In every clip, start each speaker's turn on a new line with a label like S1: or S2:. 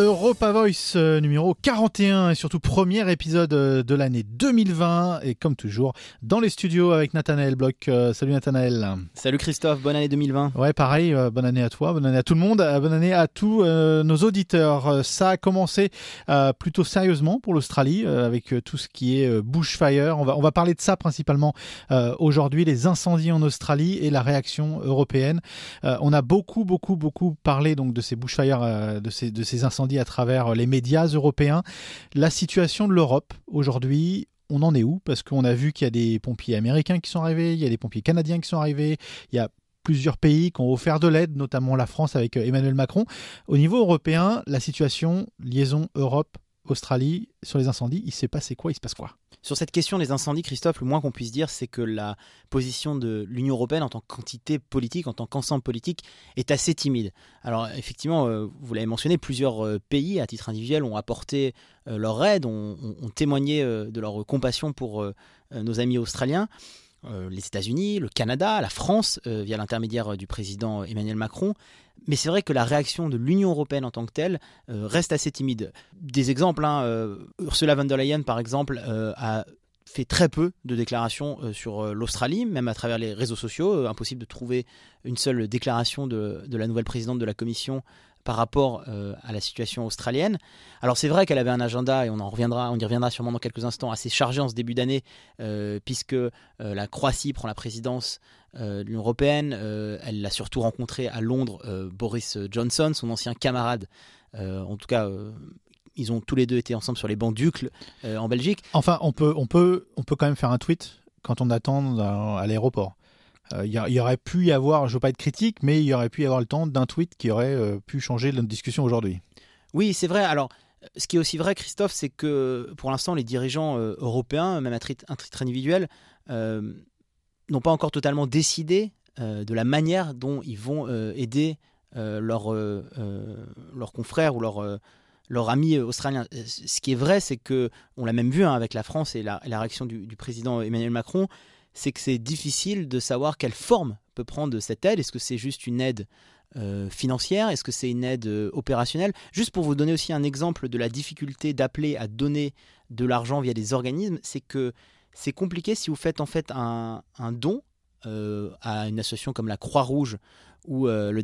S1: Europa Voice numéro 41 et surtout premier épisode de l'année 2020 et comme toujours dans les studios avec Nathanaël Bloch. Salut Nathanaël.
S2: Salut Christophe, bonne année 2020.
S1: Ouais, pareil, bonne année à toi, bonne année à tout le monde, bonne année à tous nos auditeurs. Ça a commencé plutôt sérieusement pour l'Australie avec tout ce qui est bushfire. On va parler de ça principalement aujourd'hui, les incendies en Australie et la réaction européenne. On a beaucoup parlé donc de ces bushfires, de ces incendies à travers les médias européens. La situation de l'Europe aujourd'hui, on en est où ? Parce qu'on a vu qu'il y a des pompiers américains qui sont arrivés, il y a des pompiers canadiens qui sont arrivés, il y a plusieurs pays qui ont offert de l'aide, notamment la France avec Emmanuel Macron. Au niveau européen, la situation, liaison Europe-Australie sur les incendies, il se passe quoi ?
S2: Sur cette question des incendies, Christophe, le moins qu'on puisse dire, c'est que la position de l'Union européenne en tant qu'entité politique, en tant qu'ensemble politique, est assez timide. Alors effectivement, vous l'avez mentionné, plusieurs pays, à titre individuel, ont apporté leur aide, ont témoigné de leur compassion pour nos amis australiens. Les États-Unis, le Canada, la France, via l'intermédiaire du président Emmanuel Macron. Mais c'est vrai que la réaction de l'Union européenne en tant que telle reste assez timide. Des exemples, Ursula von der Leyen, par exemple, a fait très peu de déclarations sur l'Australie, même à travers les réseaux sociaux. Impossible de trouver une seule déclaration de la nouvelle présidente de la Commission par rapport à la situation australienne. Alors c'est vrai qu'elle avait un agenda, et on y reviendra sûrement dans quelques instants, assez chargé en ce début d'année, puisque la Croatie prend la présidence de l'Union européenne. Elle l'a surtout rencontré à Londres, Boris Johnson, son ancien camarade. En tout cas, ils ont tous les deux été ensemble sur les bancs d'Uccle en Belgique.
S1: Enfin, on peut quand même faire un tweet quand on attend à l'aéroport. Il y aurait pu y avoir, je ne veux pas être critique, mais il y aurait pu y avoir le temps d'un tweet qui aurait pu changer notre discussion aujourd'hui.
S2: Oui, c'est vrai. Alors, ce qui est aussi vrai, Christophe, c'est que pour l'instant, les dirigeants européens, même à titre individuel, n'ont pas encore totalement décidé de la manière dont ils vont aider leurs confrères ou leurs amis australiens. Ce qui est vrai, c'est qu'on l'a même vu avec la France et la réaction du président Emmanuel Macron, c'est que c'est difficile de savoir quelle forme peut prendre cette aide. Est-ce que c'est juste une aide financière ? Est-ce que c'est une aide opérationnelle ? Juste pour vous donner aussi un exemple de la difficulté d'appeler à donner de l'argent via des organismes, c'est que c'est compliqué si vous faites en fait un don à une association comme la Croix-Rouge ou le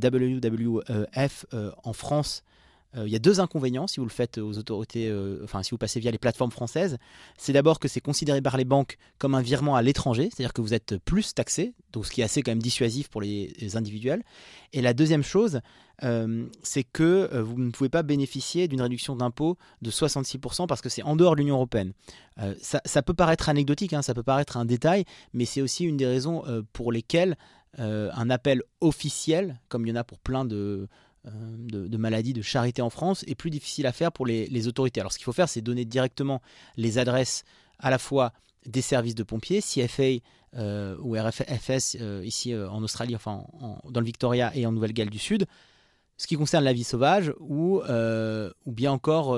S2: WWF en France. Il y a deux inconvénients si vous le faites aux autorités, si vous passez via les plateformes françaises. C'est d'abord que c'est considéré par les banques comme un virement à l'étranger, c'est-à-dire que vous êtes plus taxé, donc ce qui est assez quand même dissuasif pour les individuels. Et la deuxième chose, c'est que vous ne pouvez pas bénéficier d'une réduction d'impôt de 66% parce que c'est en dehors de l'Union européenne. Ça peut paraître anecdotique, ça peut paraître un détail, mais c'est aussi une des raisons pour lesquelles un appel officiel, comme il y en a pour plein de maladies de charité en France, est plus difficile à faire pour les autorités. Alors ce qu'il faut faire, c'est donner directement les adresses à la fois des services de pompiers, CFA ou RFS ici en Australie, dans le Victoria et en Nouvelle-Galles du Sud, ce qui concerne la vie sauvage ou bien encore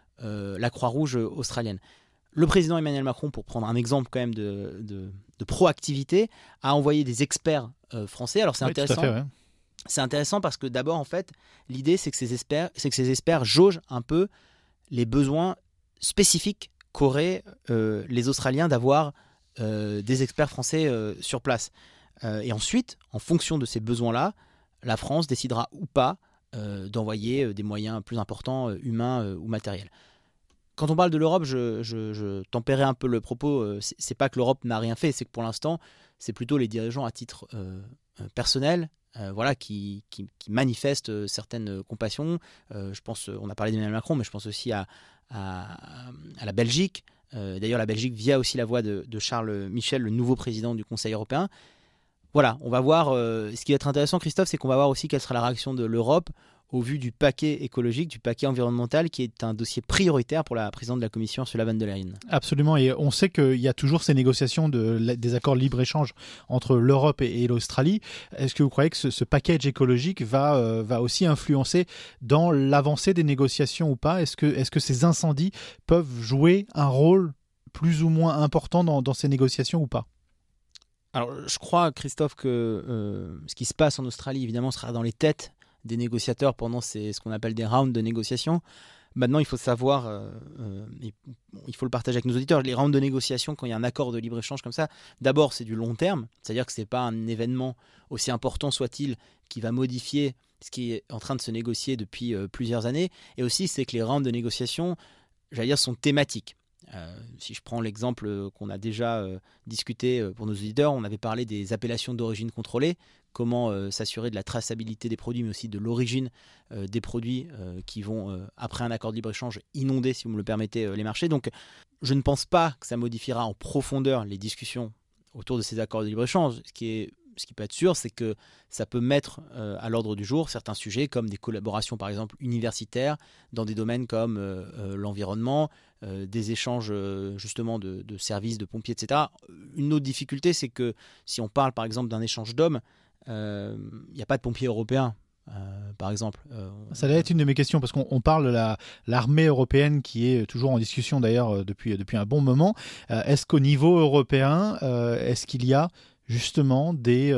S2: la Croix-Rouge australienne. Le président Emmanuel Macron, pour prendre un exemple quand même de proactivité, a envoyé des experts français. Alors c'est intéressant.
S1: Tout à fait, ouais.
S2: C'est intéressant parce que d'abord, en fait, l'idée, c'est que ces experts jaugent un peu les besoins spécifiques qu'auraient les Australiens d'avoir des experts français sur place. Et ensuite, en fonction de ces besoins-là, la France décidera ou pas d'envoyer des moyens plus importants, humains ou matériels. Quand on parle de l'Europe, je tempérais un peu le propos. C'est pas que l'Europe n'a rien fait, c'est que pour l'instant, c'est plutôt les dirigeants à titre personnel qui manifestent certaines compassions. Je pense, on a parlé d'Emmanuel Macron, mais je pense aussi à la Belgique. D'ailleurs, la Belgique via aussi la voix de Charles Michel, le nouveau président du Conseil européen. Voilà, on va voir. Ce qui va être intéressant, Christophe, c'est qu'on va voir aussi quelle sera la réaction de l'Europe au vu du paquet écologique, du paquet environnemental, qui est un dossier prioritaire pour la présidente de la Commission, Ursula von der Leyen.
S1: Absolument, et on sait qu'il y a toujours ces négociations des accords de libre-échange entre l'Europe et l'Australie. Est-ce que vous croyez que ce package écologique va aussi influencer dans l'avancée des négociations ou pas ? Est-ce que ces incendies peuvent jouer un rôle plus ou moins important dans ces négociations ou pas ?
S2: Alors, je crois, Christophe, que ce qui se passe en Australie, évidemment, sera dans les têtes des négociateurs pendant ce qu'on appelle des rounds de négociation. Maintenant, il faut savoir, il faut le partager avec nos auditeurs, les rounds de négociation, quand il y a un accord de libre-échange comme ça, d'abord, c'est du long terme, c'est-à-dire que ce n'est pas un événement, aussi important soit-il, qui va modifier ce qui est en train de se négocier depuis plusieurs années. Et aussi, c'est que les rounds de négociation, j'allais dire, sont thématiques. Si je prends l'exemple qu'on a déjà discuté pour nos auditeurs, on avait parlé des appellations d'origine contrôlée, comment s'assurer de la traçabilité des produits, mais aussi de l'origine des produits qui vont, après un accord de libre-échange, inonder, si vous me le permettez, les marchés. Donc, je ne pense pas que ça modifiera en profondeur les discussions autour de ces accords de libre-échange. Ce qui peut être sûr, c'est que ça peut mettre à l'ordre du jour certains sujets comme des collaborations, par exemple, universitaires, dans des domaines comme l'environnement, des échanges justement de services, de pompiers, etc. Une autre difficulté, c'est que si on parle, par exemple, d'un échange d'hommes, il n'y a pas de pompiers européens. Par exemple.
S1: Ça allait être une de mes questions, parce qu'on parle de l'armée européenne qui est toujours en discussion d'ailleurs depuis un bon moment. Est-ce qu'au niveau européen, est-ce qu'il y a justement des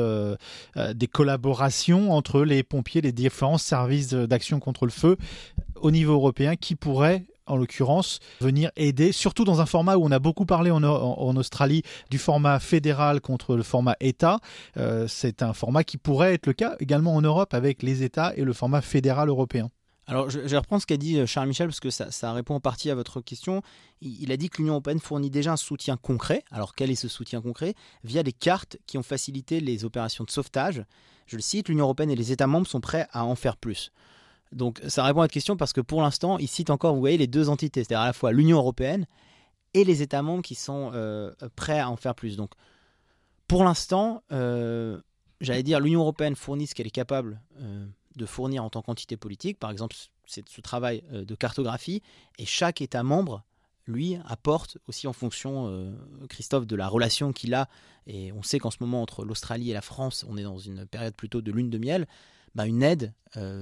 S1: collaborations entre les pompiers, les différents services d'action contre le feu au niveau européen qui pourraient, en l'occurrence, venir aider, surtout dans un format où on a beaucoup parlé en Australie du format fédéral contre le format État. C'est un format qui pourrait être le cas également en Europe avec les États et le format fédéral européen.
S2: Alors, je vais reprendre ce qu'a dit Charles Michel, parce que ça répond en partie à votre question. Il a dit que l'Union européenne fournit déjà un soutien concret. Alors, quel est ce soutien concret ? Via des cartes qui ont facilité les opérations de sauvetage. Je le cite, l'Union européenne et les États membres sont prêts à en faire plus. Donc, ça répond à votre question parce que pour l'instant, il cite encore, vous voyez, les deux entités, c'est-à-dire à la fois l'Union européenne et les États membres qui sont prêts à en faire plus. Donc, pour l'instant, j'allais dire, l'Union européenne fournit ce qu'elle est capable de fournir en tant qu'entité politique. Par exemple, c'est ce travail de cartographie. Et chaque État membre, lui, apporte aussi en fonction, Christophe, de la relation qu'il a. Et on sait qu'en ce moment, entre l'Australie et la France, on est dans une période plutôt de lune de miel, une aide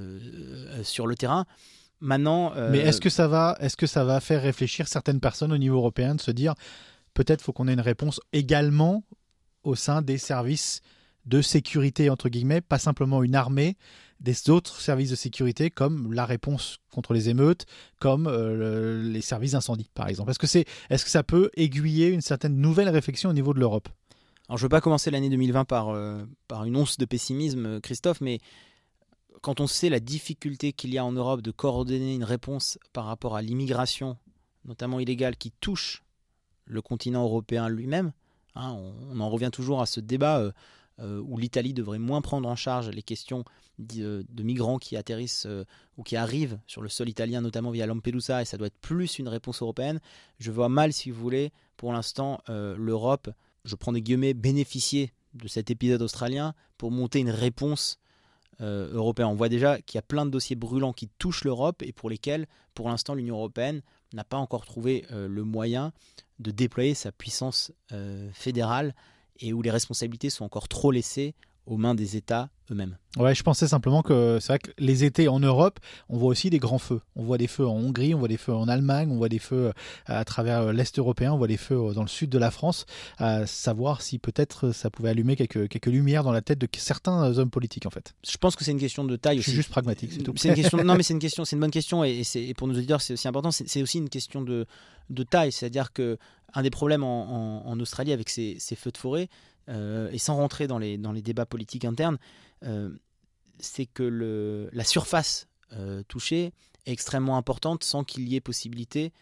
S2: sur le terrain. Maintenant,
S1: mais est-ce que ça va faire réfléchir certaines personnes au niveau européen de se dire peut-être faut qu'on ait une réponse également au sein des services de sécurité, entre guillemets, pas simplement une armée, des autres services de sécurité comme la réponse contre les émeutes, comme les services d'incendie, par exemple. Est-ce que ça peut aiguiller une certaine nouvelle réflexion au niveau de l'Europe ?
S2: Alors, je ne veux pas commencer l'année 2020 par une once de pessimisme, Christophe, mais quand on sait la difficulté qu'il y a en Europe de coordonner une réponse par rapport à l'immigration, notamment illégale, qui touche le continent européen lui-même, on en revient toujours à ce débat où l'Italie devrait moins prendre en charge les questions de migrants qui atterrissent ou qui arrivent sur le sol italien, notamment via Lampedusa, et ça doit être plus une réponse européenne. Je vois mal, si vous voulez, pour l'instant, l'Europe, je prends des guillemets, bénéficier de cet épisode australien pour monter une réponse européenne. On voit déjà qu'il y a plein de dossiers brûlants qui touchent l'Europe et pour lesquels, pour l'instant, l'Union européenne n'a pas encore trouvé le moyen de déployer sa puissance fédérale et où les responsabilités sont encore trop laissées aux mains des États eux-mêmes. Ouais,
S1: je pensais simplement que c'est vrai que les étés en Europe, on voit aussi des grands feux. On voit des feux en Hongrie, on voit des feux en Allemagne, on voit des feux à travers l'Est européen, on voit des feux dans le sud de la France. Savoir si peut-être ça pouvait allumer quelques lumières dans la tête de certains hommes politiques, en fait.
S2: Je pense que c'est une question de taille aussi.
S1: Je suis juste pragmatique, c'est tout.
S2: C'est une question, non, mais c'est une bonne question et pour nos auditeurs, c'est aussi important. C'est aussi une question de taille. C'est-à-dire qu'un des problèmes en Australie avec ces feux de forêt, et sans rentrer dans les débats politiques internes, c'est que la surface touchée est extrêmement importante sans qu'il y ait possibilité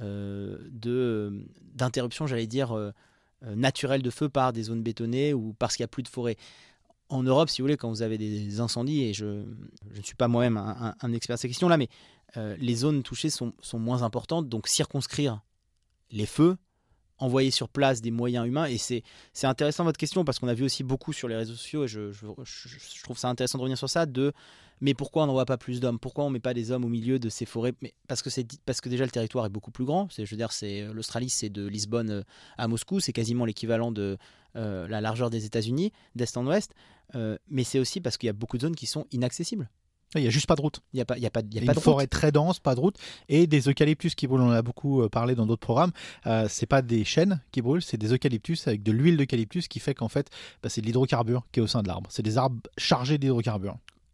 S2: d'interruption, j'allais dire, naturelle de feu par des zones bétonnées ou parce qu'il n'y a plus de forêt. En Europe, si vous voulez, quand vous avez des incendies, et je ne suis pas moi-même un expert de ces questions-là, mais les zones touchées sont moins importantes, donc circonscrire les feux, envoyer sur place des moyens humains, et c'est intéressant votre question parce qu'on a vu aussi beaucoup sur les réseaux sociaux et je trouve ça intéressant de revenir sur ça, mais pourquoi on n'envoie pas plus d'hommes, pourquoi on ne met pas des hommes au milieu de ces forêts, mais parce que déjà le territoire est beaucoup plus grand, l'Australie c'est de Lisbonne à Moscou, c'est quasiment l'équivalent de la largeur des États-Unis d'est en ouest, mais c'est aussi parce qu'il y a beaucoup de zones qui sont inaccessibles.
S1: Il n'y a juste pas de route.
S2: Il y a pas
S1: une forêt très dense, pas de route, et des eucalyptus qui brûlent. On en a beaucoup parlé dans d'autres programmes. C'est pas des chênes qui brûlent, c'est des eucalyptus avec de l'huile d'eucalyptus qui fait qu'en fait, c'est de l'hydrocarbure qui est au sein de l'arbre. C'est des arbres chargés d'hydrocarbures.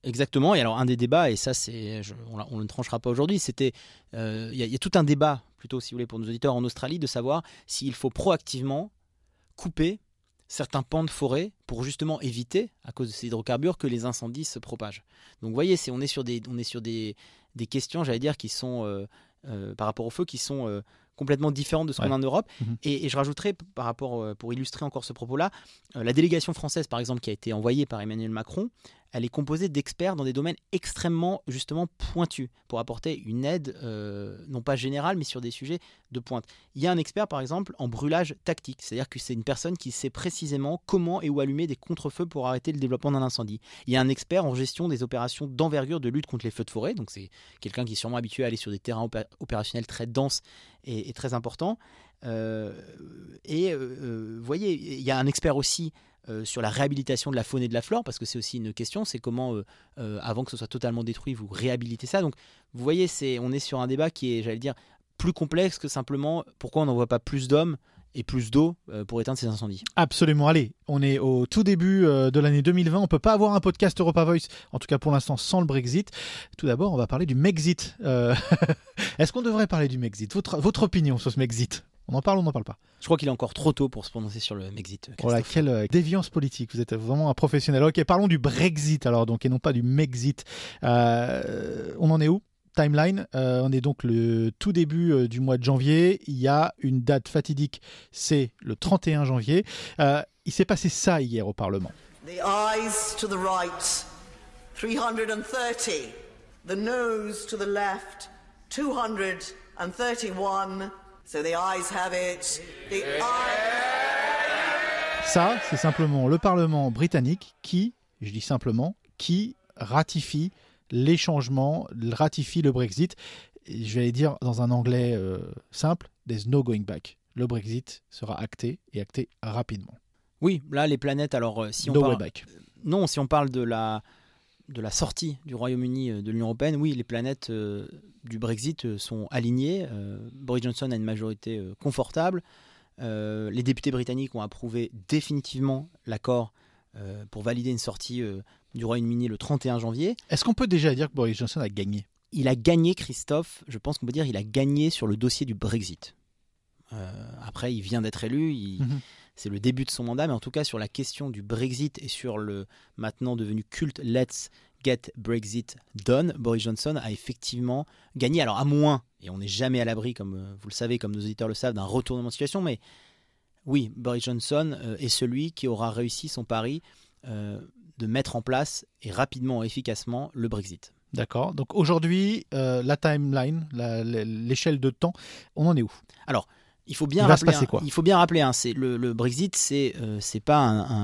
S2: Exactement. Et alors un des débats, et ça on ne tranchera pas aujourd'hui, c'était il y a tout un débat, plutôt si vous voulez pour nos auditeurs en Australie, de savoir s'il faut proactivement couper certains pans de forêt pour justement éviter, à cause de ces hydrocarbures, que les incendies se propagent. Donc vous voyez, on est sur des questions, j'allais dire, qui sont par rapport au feu, qui sont complètement différentes de ce qu'on a en Europe. Et je rajouterais, par rapport, pour illustrer encore ce propos-là, la délégation française, par exemple, qui a été envoyée par Emmanuel Macron, elle est composée d'experts dans des domaines extrêmement, justement, pointus, pour apporter une aide, non pas générale, mais sur des sujets de pointe. Il y a un expert, par exemple, en brûlage tactique, c'est-à-dire que c'est une personne qui sait précisément comment et où allumer des contre-feux pour arrêter le développement d'un incendie. Il y a un expert en gestion des opérations d'envergure de lutte contre les feux de forêt, donc c'est quelqu'un qui est sûrement habitué à aller sur des terrains opérationnels très denses et très importants. Vous voyez, il y a un expert aussi sur la réhabilitation de la faune et de la flore, parce que c'est aussi une question, c'est comment, avant que ce soit totalement détruit, vous réhabilitez ça. Donc, vous voyez, on est sur un débat qui est, j'allais dire, plus complexe que simplement pourquoi on n'envoie pas plus d'hommes et plus d'eau pour éteindre ces incendies.
S1: Absolument. Allez, on est au tout début de l'année 2020. On ne peut pas avoir un podcast Europa Voice, en tout cas pour l'instant, sans le Brexit. Tout d'abord, on va parler du Mexit. Est-ce qu'on devrait parler du Mexit ? Votre opinion sur ce Mexit ? On en parle ou on n'en parle pas ?
S2: Je crois qu'il est encore trop tôt pour se prononcer sur le Mexit.
S1: Voilà, quelle déviance politique. Vous êtes vraiment un professionnel. Ok, parlons du Brexit alors, donc, et non pas du Mexit. On en est où ? Timeline, on est donc le tout début du mois de janvier. Il y a une date fatidique, c'est le 31 janvier. Il s'est passé ça hier au Parlement.
S3: The ayes to the right, 330. The noes to the left, 231. So the ayes have it.
S1: Ça, c'est simplement le Parlement britannique qui, je dis simplement, qui ratifie les changements, ratifie le Brexit. Et je vais aller dire dans un anglais simple, there's no going back. Le Brexit sera acté et acté rapidement.
S2: Oui, là les planètes, alors si on parle... Non, si on parle de la sortie du Royaume-Uni de l'Union Européenne, oui, les planètes du Brexit sont alignées. Boris Johnson a une majorité confortable. Les députés britanniques ont approuvé définitivement l'accord pour valider une sortie du Royaume-Uni le 31 janvier.
S1: Est-ce qu'on peut déjà dire que Boris Johnson a gagné ?
S2: Il a gagné, Christophe. Je pense qu'on peut dire qu'il a gagné sur le dossier du Brexit. Après, il vient d'être élu. C'est le début de son mandat. Mais en tout cas, sur la question du Brexit et sur le maintenant devenu culte « Let's get Brexit done », Boris Johnson a effectivement gagné. Alors, à moins, et on n'est jamais à l'abri, comme vous le savez, comme nos auditeurs le savent, d'un retournement de situation. Mais oui, Boris Johnson est celui qui aura réussi son pari de mettre en place et rapidement et efficacement le Brexit.
S1: D'accord. Donc aujourd'hui, la timeline, l'échelle de temps, on en est où ? Alors, il faut bien rappeler, c'est le Brexit, c'est pas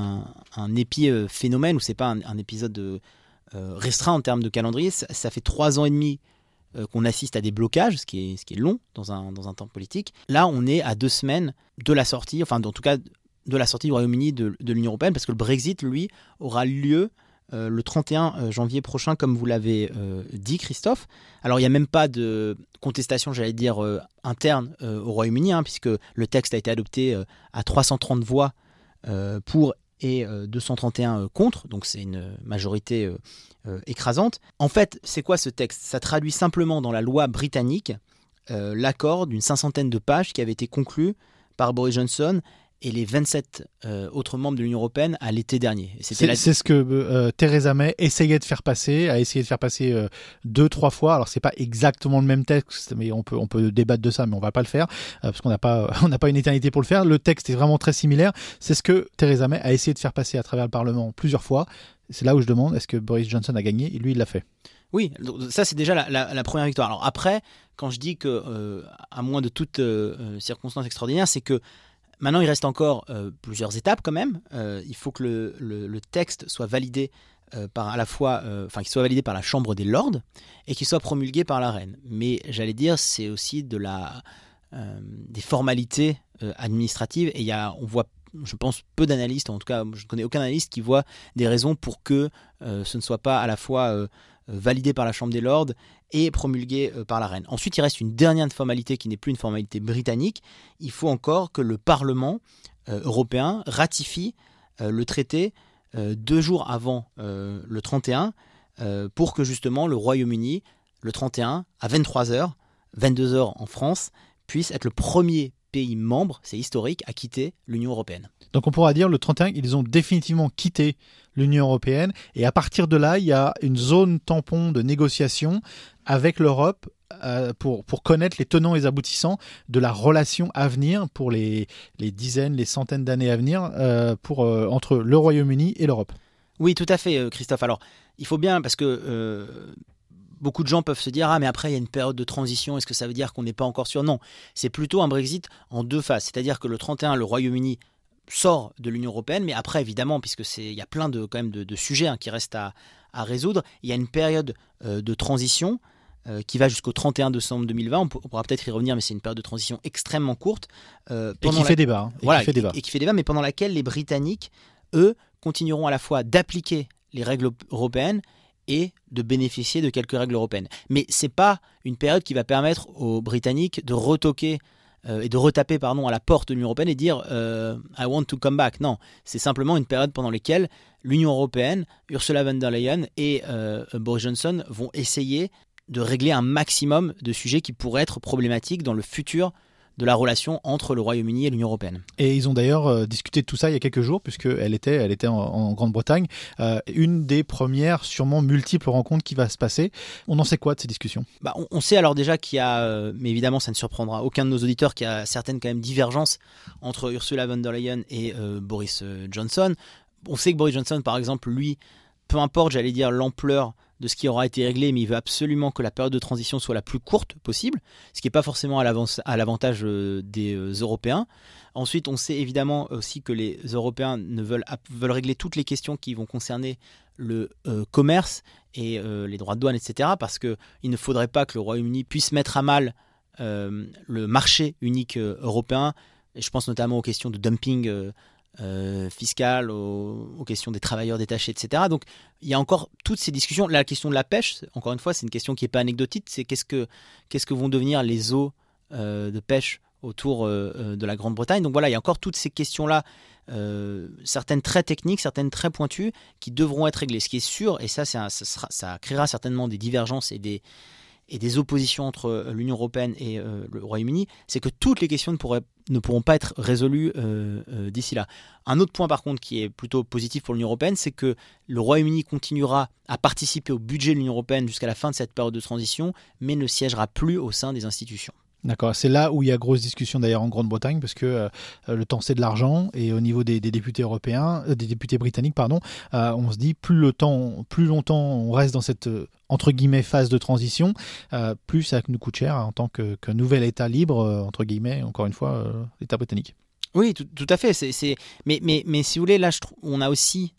S1: un épiphénomène ou c'est pas un épisode restreint en termes de calendrier. Ça fait 3 ans et demi qu'on assiste à des blocages, ce qui est long dans un temps politique. Là, on est à 2 semaines de la sortie, enfin en tout cas de la sortie du Royaume-Uni de l'Union Européenne, parce que le Brexit, lui, aura lieu le 31 janvier prochain, comme vous l'avez dit, Christophe. Alors, il n'y a même pas de contestation, j'allais dire, interne au Royaume-Uni, puisque le texte a été adopté à 330 voix pour et 231 contre, donc c'est une majorité écrasante. En fait, c'est quoi ce texte ? Ça traduit simplement dans la loi britannique l'accord d'une 500aine de pages qui avait été conclu par Boris Johnson et les 27 autres membres de l'Union Européenne à l'été dernier. C'est ce que Theresa May essayait de faire passer, a essayé de faire passer 2-3 fois. Alors c'est pas exactement le même texte, mais on peut débattre de ça, mais on va pas le faire parce qu'on n'a pas une éternité pour le faire. Le texte est vraiment très similaire. C'est ce que Theresa May a essayé de faire passer à travers le Parlement plusieurs fois. C'est là où je demande, est-ce que Boris Johnson a gagné ? Et lui, il l'a fait.
S2: Oui, ça c'est déjà la première victoire. Alors après, quand je dis que à moins de toute circonstance extraordinaire, c'est que maintenant, il reste encore plusieurs étapes quand même. Il faut que le texte soit validé par à la fois, qu'il soit validé par la Chambre des Lords et qu'il soit promulgué par la Reine. Mais j'allais dire, c'est aussi des formalités administratives. Et on voit, je pense, peu d'analystes, en tout cas, je ne connais aucun analyste qui voit des raisons pour que ce ne soit pas à la fois validé par la Chambre des Lords et promulgué par la Reine. Ensuite, il reste une dernière formalité qui n'est plus une formalité britannique. Il faut encore que le Parlement européen ratifie le traité 2 jours avant le 31 pour que justement le Royaume-Uni, le 31, à 23h, 22h en France, puisse être le premier pays membre, c'est historique, à quitter l'Union européenne.
S1: Donc on pourra dire le 31, ils ont définitivement quitté l'Union européenne et à partir de là, il y a une zone tampon de négociation avec l'Europe pour connaître les tenants et les aboutissants de la relation à venir pour les dizaines, les centaines d'années à venir entre le Royaume-Uni et l'Europe.
S2: Oui, tout à fait, Christophe. Alors, il faut bien, parce que beaucoup de gens peuvent se dire « Ah, mais après, il y a une période de transition, est-ce que ça veut dire qu'on n'est pas encore sûr ?» Non, c'est plutôt un Brexit en deux phases. C'est-à-dire que le 31, le Royaume-Uni sort de l'Union européenne, mais après, évidemment, puisque il y a plein quand même de sujets qui restent à résoudre, il y a une période de transition qui va jusqu'au 31 décembre 2020. On pourra peut-être y revenir, mais c'est une période de transition extrêmement courte.
S1: Et qui fait débat.
S2: Et qui fait débat, mais pendant laquelle les Britanniques, eux, continueront à la fois d'appliquer les règles européennes et de bénéficier de quelques règles européennes. Mais ce n'est pas une période qui va permettre aux Britanniques de retoquer et de retaper à la porte de l'Union européenne et dire I want to come back. Non, c'est simplement une période pendant laquelle l'Union européenne, Ursula von der Leyen et Boris Johnson vont essayer de régler un maximum de sujets qui pourraient être problématiques dans le futur de la relation entre le Royaume-Uni et l'Union européenne.
S1: Et ils ont d'ailleurs discuté de tout ça il y a quelques jours, puisqu'elle était en Grande-Bretagne. Une des premières, sûrement multiples rencontres qui va se passer. On en sait quoi de ces discussions ?
S2: On sait alors déjà qu'il y a, mais évidemment ça ne surprendra aucun de nos auditeurs, qu'il y a certaines quand même divergences entre Ursula von der Leyen et Boris Johnson. On sait que Boris Johnson, par exemple, lui, peu importe, j'allais dire, l'ampleur de ce qui aura été réglé, mais il veut absolument que la période de transition soit la plus courte possible, ce qui n'est pas forcément à l'avantage des Européens. Ensuite, on sait évidemment aussi que les Européens veulent régler toutes les questions qui vont concerner le commerce et les droits de douane, etc., parce qu'il ne faudrait pas que le Royaume-Uni puisse mettre à mal le marché unique européen. Et je pense notamment aux questions de dumping fiscal, aux questions des travailleurs détachés, etc. Donc il y a encore toutes ces discussions. La question de la pêche, encore une fois, c'est une question qui n'est pas anecdotique. C'est qu'est-ce que vont devenir les eaux de pêche autour de la Grande-Bretagne. Donc voilà, il y a encore toutes ces questions-là, certaines très techniques, certaines très pointues, qui devront être réglées. Ce qui est sûr, et ça créera certainement des divergences et des oppositions entre l'Union européenne et le Royaume-Uni, c'est que toutes les questions ne pourront pas être résolues d'ici là. Un autre point par contre qui est plutôt positif pour l'Union européenne, c'est que le Royaume-Uni continuera à participer au budget de l'Union européenne jusqu'à la fin de cette période de transition, mais ne siégera plus au sein des institutions.
S1: D'accord, c'est là où il y a grosse discussion d'ailleurs en Grande-Bretagne, parce que le temps c'est de l'argent, et au niveau des députés européens, des députés britanniques, on se dit plus longtemps on reste dans cette entre guillemets phase de transition, plus ça nous coûte cher en tant que nouvel État libre, entre guillemets, encore une fois, l'État britannique.
S2: Oui, tout à fait. Mais si vous voulez, là on a aussi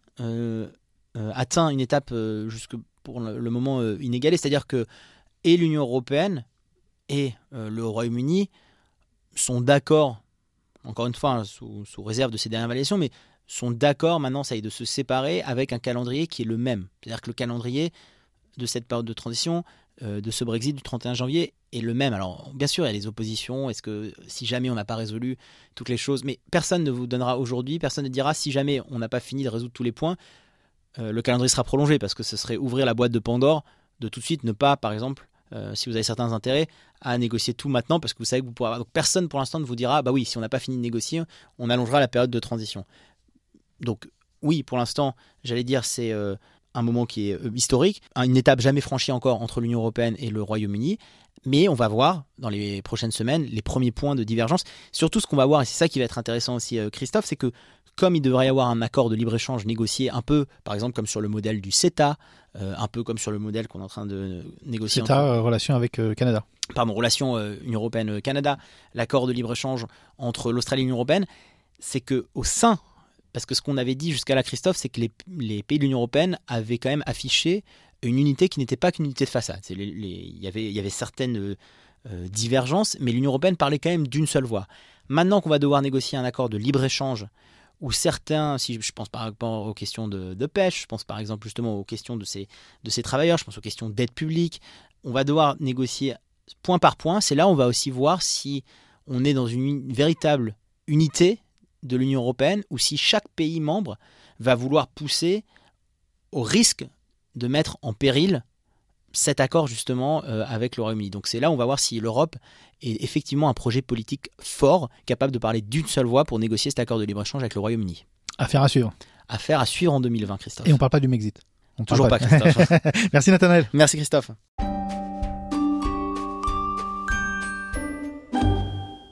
S2: atteint une étape jusque pour le moment inégalée, c'est-à-dire que et l'Union européenne et le Royaume-Uni sont d'accord, encore une fois sous réserve de ces dernières validations, mais sont d'accord maintenant, ça y est, de se séparer avec un calendrier qui est le même. C'est-à-dire que le calendrier de cette période de transition, de ce Brexit du 31 janvier est le même. Alors bien sûr, il y a des oppositions, est-ce que si jamais on n'a pas résolu toutes les choses, mais personne ne vous donnera aujourd'hui, personne ne dira si jamais on n'a pas fini de résoudre tous les points, le calendrier sera prolongé, parce que ce serait ouvrir la boîte de Pandore de tout de suite ne pas, par exemple, si vous avez certains intérêts, à négocier tout maintenant, parce que vous savez que vous pourrez avoir... Donc personne pour l'instant ne vous dira bah oui, si on n'a pas fini de négocier, on allongera la période de transition. Donc oui, pour l'instant, j'allais dire c'est un moment qui est historique, une étape jamais franchie encore entre l'Union européenne et le Royaume-Uni, mais on va voir dans les prochaines semaines les premiers points de divergence. Surtout ce qu'on va voir, et c'est ça qui va être intéressant aussi, Christophe, c'est que comme il devrait y avoir un accord de libre-échange négocié un peu, par exemple comme sur le modèle du CETA, un peu comme sur le modèle qu'on est en train de négocier.
S1: CETA, relation avec Canada.
S2: Pardon, relation Union européenne-Canada, l'accord de libre-échange entre l'Australie et l'Union européenne, c'est qu'au sein, parce que ce qu'on avait dit jusqu'à là, Christophe, c'est que les pays de l'Union européenne avaient quand même affiché une unité qui n'était pas qu'une unité de façade. Il y avait certaines divergences, mais l'Union européenne parlait quand même d'une seule voix. Maintenant qu'on va devoir négocier un accord de libre-échange, où certains, si je pense par exemple aux questions de pêche, je pense par exemple justement aux questions de ces travailleurs, je pense aux questions d'aide publique, on va devoir négocier point par point. C'est là où on va aussi voir si on est dans une véritable unité de l'Union européenne ou si chaque pays membre va vouloir pousser au risque de mettre en péril cet accord justement avec le Royaume-Uni. Donc c'est là où on va voir si l'Europe est effectivement un projet politique fort, capable de parler d'une seule voix pour négocier cet accord de libre-échange avec le Royaume-Uni.
S1: Affaire à suivre.
S2: Affaire à suivre en 2020, Christophe.
S1: Et on ne parle pas du Brexit.
S2: Toujours pas, Christophe.
S1: Merci Nathanaël.
S2: Merci Christophe.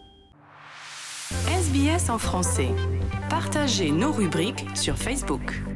S4: SBS en français. Partagez nos rubriques sur Facebook.